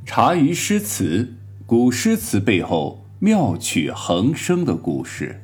茶余诗词，古诗词背后妙趣横生的故事。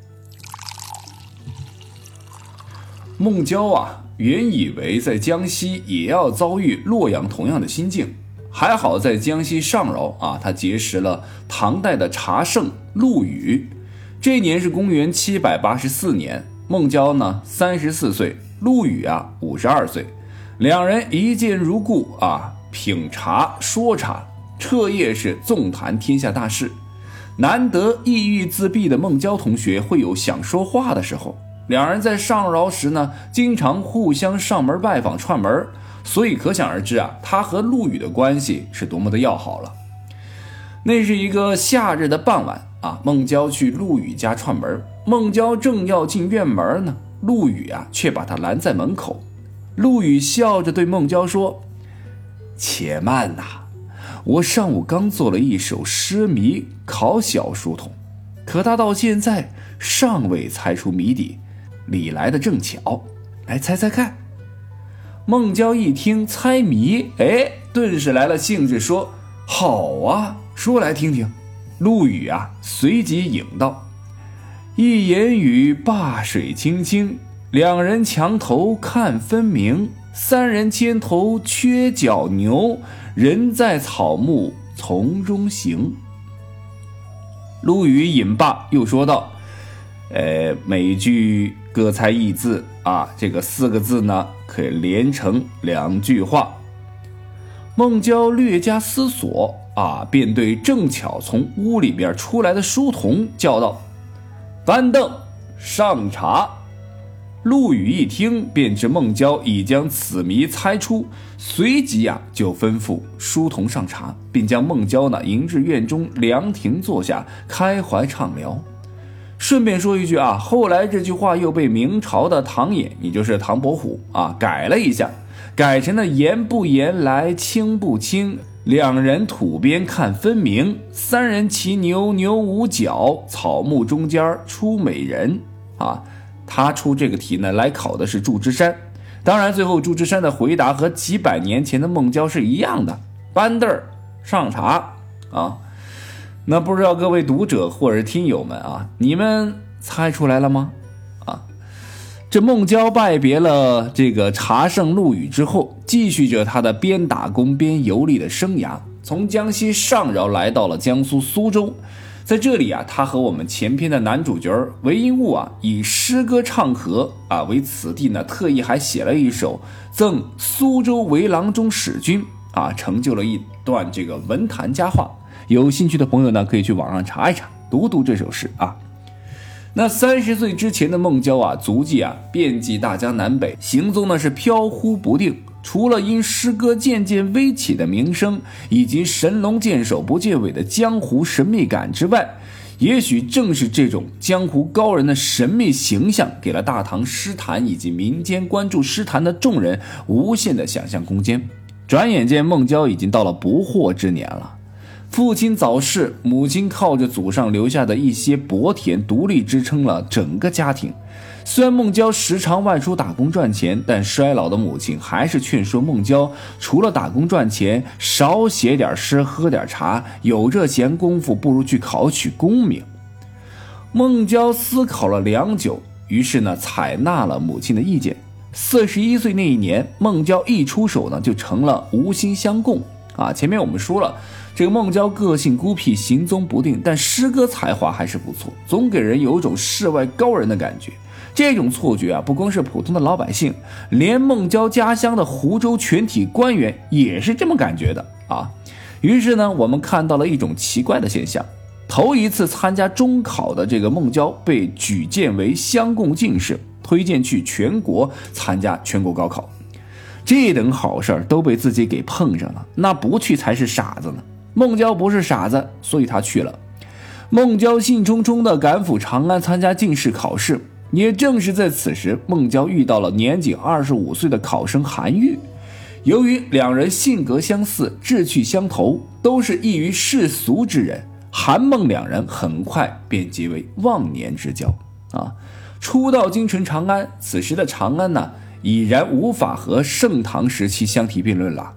孟郊啊，原以为在江西也要遭遇洛阳同样的心境，还好在江西上饶啊，他结识了唐代的茶圣陆羽。这一年是公元784年，孟郊呢34岁，陆羽啊52岁，两人一见如故啊，品茶说茶，彻夜是纵谈天下大事。难得抑郁自闭的孟郊同学会有想说话的时候，两人在上饶时呢，经常互相上门拜访串门，所以可想而知啊，他和陆羽的关系是多么的要好了。那是一个夏日的傍晚啊，孟郊去陆羽家串门，孟郊正要进院门呢，陆羽啊却把他拦在门口。陆羽笑着对孟郊说：“且慢呐，我上午刚做了一首诗谜考小书童，可他到现在尚未猜出谜底，你来的正巧，来猜猜看。”孟郊一听猜谜，顿时来了兴致，说：“好啊，说来听听。”陆羽啊随即引道：“一言语灞水青青，两人墙头看分明，三人牵头缺角牛，人在草木丛中行。”陆羽引罢又说道：“每句各猜一字啊，这个4个字呢可以连成2句话。”孟郊略加思索啊，便对正巧从屋里边出来的书童叫道：“搬凳，上茶。”陆羽一听便知孟郊已将此谜猜出，随即啊就吩咐书童上茶，并将孟郊呢迎至院中凉亭坐下，开怀畅聊。顺便说一句啊，后来这句话又被明朝的唐寅，也就是唐伯虎啊改了一下，改成了言不言来，清不清，两人土边看分明，三人骑牛，牛无角，草木中间出美人啊。他出这个题呢，来考的是祝枝山。当然最后祝枝山的回答和几百年前的孟郊是一样的，搬凳上茶啊。那不知道各位读者或者是听友们啊，你们猜出来了吗？这孟郊拜别了这个茶圣陆羽之后，继续着他的边打工边游历的生涯，从江西上饶来到了江苏苏州。在这里啊，他和我们前篇的男主角韦应物啊，以诗歌唱和啊为此地呢，特意还写了一首赠苏州韦郎中使君啊，成就了一段这个文坛佳话。有兴趣的朋友呢，可以去网上查一查，读读这首诗啊。那30岁之前的孟郊啊，足迹啊遍及大江南北，行踪呢是飘忽不定。除了因诗歌渐渐微起的名声，以及神龙见首不见尾的江湖神秘感之外，也许正是这种江湖高人的神秘形象，给了大唐诗坛以及民间关注诗坛的众人无限的想象空间。转眼间，孟郊已经到了不惑之年了。父亲早逝，母亲靠着祖上留下的一些薄田独立支撑了整个家庭。虽然孟郊时常外出打工赚钱，但衰老的母亲还是劝说孟郊除了打工赚钱，少写点诗，喝点茶，有这闲工夫不如去考取功名。孟郊思考了良久，于是呢采纳了母亲的意见。41岁那一年，孟郊一出手呢就成了吴兴相贡啊。前面我们说了，这个孟郊个性孤僻，行踪不定，但诗歌才华还是不错，总给人有一种世外高人的感觉。这种错觉啊，不光是普通的老百姓，连孟郊家乡的湖州全体官员也是这么感觉的啊。于是呢，我们看到了一种奇怪的现象：头一次参加中考的这个孟郊被举荐为乡贡进士，推荐去全国参加全国高考。这等好事都被自己给碰上了，那不去才是傻子呢。孟郊不是傻子，所以他去了。孟郊兴冲冲地赶赴长安参加进士考试。也正是在此时，孟郊遇到了年仅25岁的考生韩愈。由于两人性格相似，志趣相投，都是异于世俗之人，韩孟两人很快便结为忘年之交啊。初到京城长安，此时的长安呢，已然无法和盛唐时期相提并论了。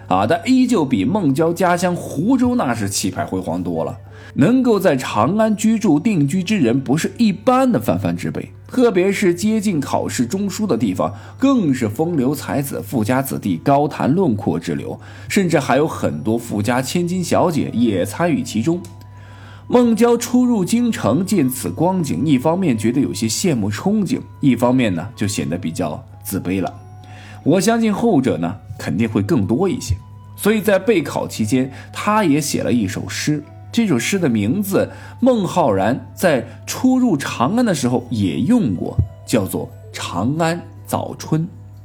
但依旧比孟郊家乡湖州那是气派辉煌多了。能够在长安居住定居之人不是一般的泛泛之辈，特别是接近考试中枢的地方，更是风流才子、富家子弟高谈论阔之流，甚至还有很多富家千金小姐也参与其中。孟郊初入京城，见此光景，一方面觉得有些羡慕憧憬，一方面呢就显得比较自卑了。我相信后者呢肯定会更多一些，所以在备考期间，他也写了一首诗。这首诗的名字孟浩然在初入长安的时候也用过，叫做《长安早春》。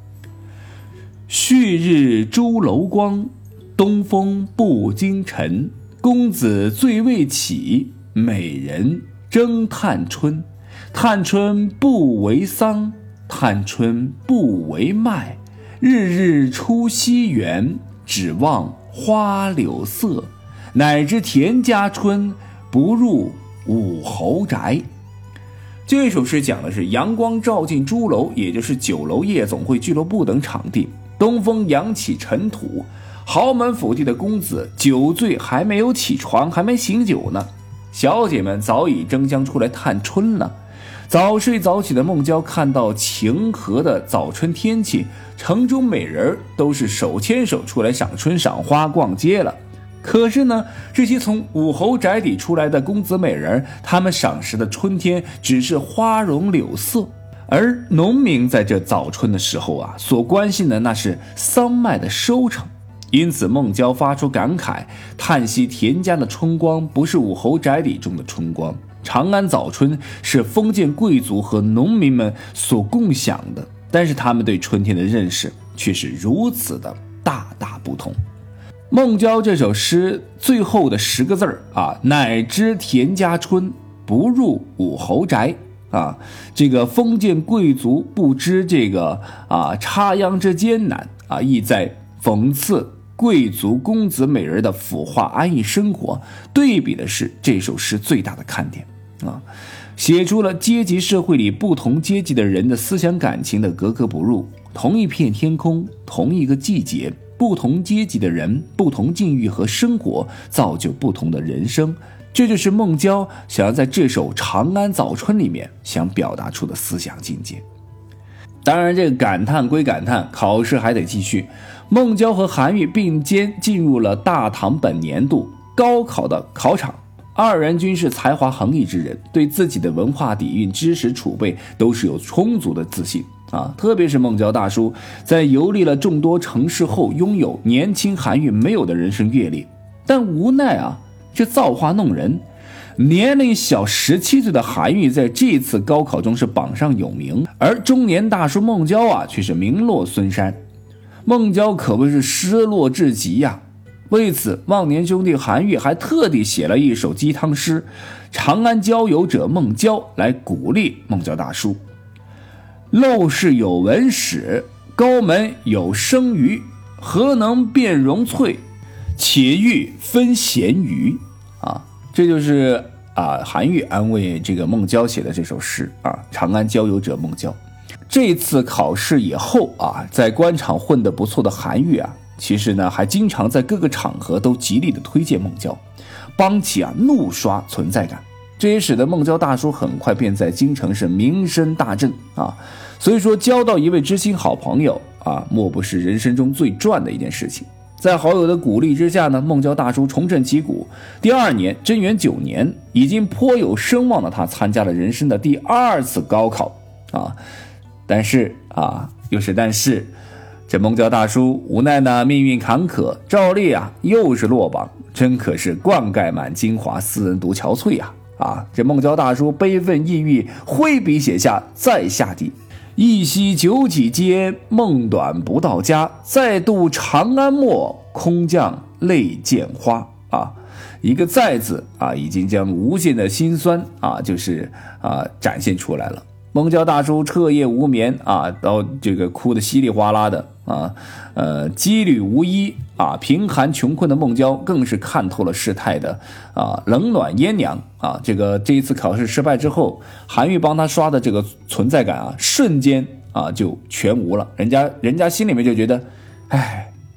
旭日朱楼光，东风不惊尘。公子醉未起，美人争探春。探春不为桑，探春不为麦。日日出西园，只望花柳色。乃知田家春，不入武侯宅。这首诗讲的是阳光照进朱楼，也就是酒楼、夜总会、俱乐部等场地，东风扬起尘土，豪门府邸的公子酒醉还没有起床，还没醒酒呢，小姐们早已争相出来探春了。早睡早起的孟郊看到晴和的早春天气，城中美人都是手牵手出来赏春赏花逛街了。可是呢，这些从武侯宅邸出来的公子美人，他们赏识的春天只是花容柳色，而农民在这早春的时候所关心的那是桑麦的收成。因此孟郊发出感慨，叹息田家的春光不是武侯宅邸中的春光，长安早春是封建贵族和农民们所共享的，但是他们对春天的认识却是如此的大大不同。孟郊这首诗最后的10个字乃知田家春，不入武侯宅这个封建贵族不知这个插秧之艰难意在讽刺贵族公子美人的腐化安逸生活，对比的是这首诗最大的看点写出了阶级社会里不同阶级的人的思想感情的格格不入。同一片天空，同一个季节，不同阶级的人，不同境遇和生活，造就不同的人生。这就是孟郊想要在这首《长安早春》里面想表达出的思想境界。当然这个感叹归感叹，考试还得继续。孟郊和韩愈并肩进入了大唐本年度高考的考场，二人均是才华横溢之人，对自己的文化底蕴、知识储备都是有充足的自信特别是孟郊大叔在游历了众多城市后，拥有年轻韩愈没有的人生阅历，但无奈这造化弄人，年龄小17岁的韩愈在这次高考中是榜上有名，而中年大叔孟郊却是名落孙山。孟郊可谓是失落至极为此忘年兄弟韩愈还特地写了一首鸡汤诗《长安郊游者孟郊》来鼓励孟郊大叔。陋室有文史，高门有生鱼，何能辨荣粹，且欲分咸鱼这就是韩愈安慰这个孟郊写的这首诗长安郊游者孟郊。这次考试以后在官场混得不错的韩愈其实呢还经常在各个场合都极力的推荐孟郊，帮其怒刷存在感。这也使得孟郊大叔很快便在京城是名声大振所以说交到一位知心好朋友莫不是人生中最赚的一件事情。在好友的鼓励之下呢，孟郊大叔重振旗鼓。第2年贞元9年，已经颇有声望的他参加了人生的第2次高考但是这孟郊大叔无奈呢，命运坎坷，照例又是落榜，真可是灌溉满京华，斯人独憔悴这孟郊大叔悲愤抑郁，挥笔写下再下地，一夕九几街，梦短不到家，再度长安陌，空将泪见花一个再字已经将无限的辛酸就是展现出来了。孟郊大叔彻夜无眠到这个哭得稀里哗啦的羁旅无依贫寒穷困的孟郊更是看透了事态的冷暖炎凉这一次考试失败之后，韩愈帮他刷的这个存在感瞬间就全无了。人家心里面就觉得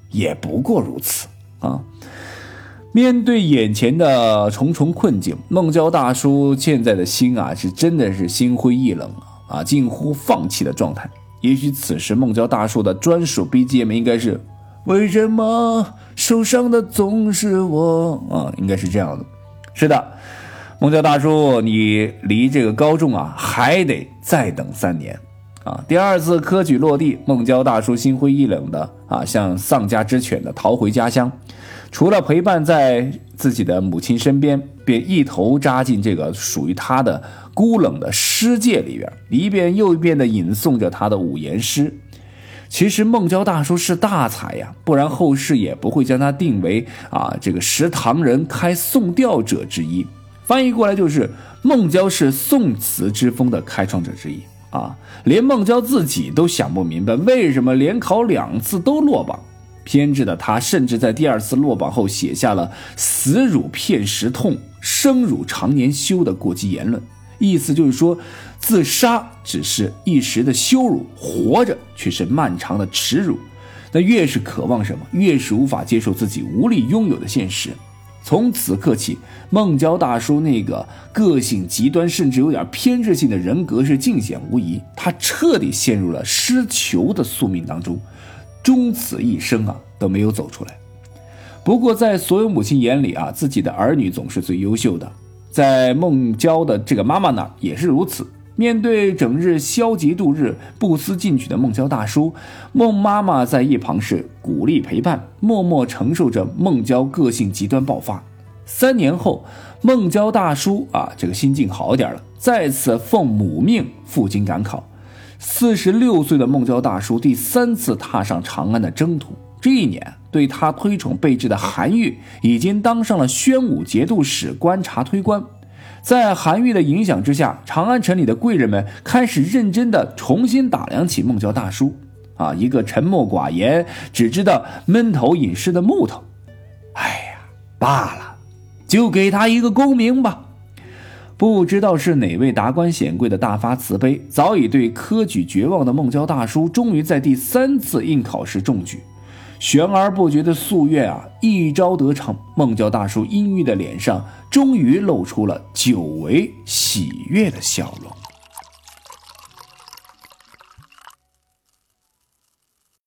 也不过如此啊。面对眼前的重重困境，孟郊大叔现在的心啊，是真的是心灰意冷啊，近乎放弃的状态。也许此时孟郊大叔的专属 BGM 应该是为什么受伤的总是我啊，应该是这样的。是的，孟郊大叔，你离这个高中啊还得再等3年啊。第二次科举落地，孟郊大叔心灰意冷的啊，像丧家之犬的逃回家乡。除了陪伴在自己的母亲身边，便一头扎进这个属于他的孤冷的诗界里边，一遍又一遍地吟诵着他的五言诗。其实孟郊大叔是大才呀，不然后世也不会将他定为这个识唐人开宋调者之一。翻译过来就是孟郊是宋词之风的开创者之一啊。连孟郊自己都想不明白，为什么连考2次都落榜。偏执的他甚至在第2次落榜后写下了死汝片时痛，生汝长年羞的过激言论，意思就是说自杀只是一时的羞辱，活着却是漫长的耻辱。那越是渴望什么，越是无法接受自己无力拥有的现实。从此刻起，孟郊大叔那个个性极端甚至有点偏执性的人格是尽显无疑，他彻底陷入了失求的宿命当中，终此一生都没有走出来。不过在所有母亲眼里自己的儿女总是最优秀的，在孟郊的这个妈妈那儿也是如此。面对整日消极度日、不思进取的孟郊大叔，孟妈妈在一旁是鼓励陪伴，默默承受着孟郊个性极端爆发。3年后，孟郊大叔这个心境好点了，再次奉母命赴京赶考。46岁的孟郊大叔第3次踏上长安的征途。这一年，对他推崇备至的韩愈已经当上了宣武节度使观察推官。在韩愈的影响之下，长安城里的贵人们开始认真地重新打量起孟郊大叔一个沉默寡言，只知道闷头吟诗的木头。罢了，就给他一个功名吧。不知道是哪位达官显贵的大发慈悲，早已对科举绝望的孟郊大叔终于在第3次应考时中举。悬而不决的夙愿一朝得偿，孟郊大叔阴郁的脸上终于露出了久违喜悦的笑容。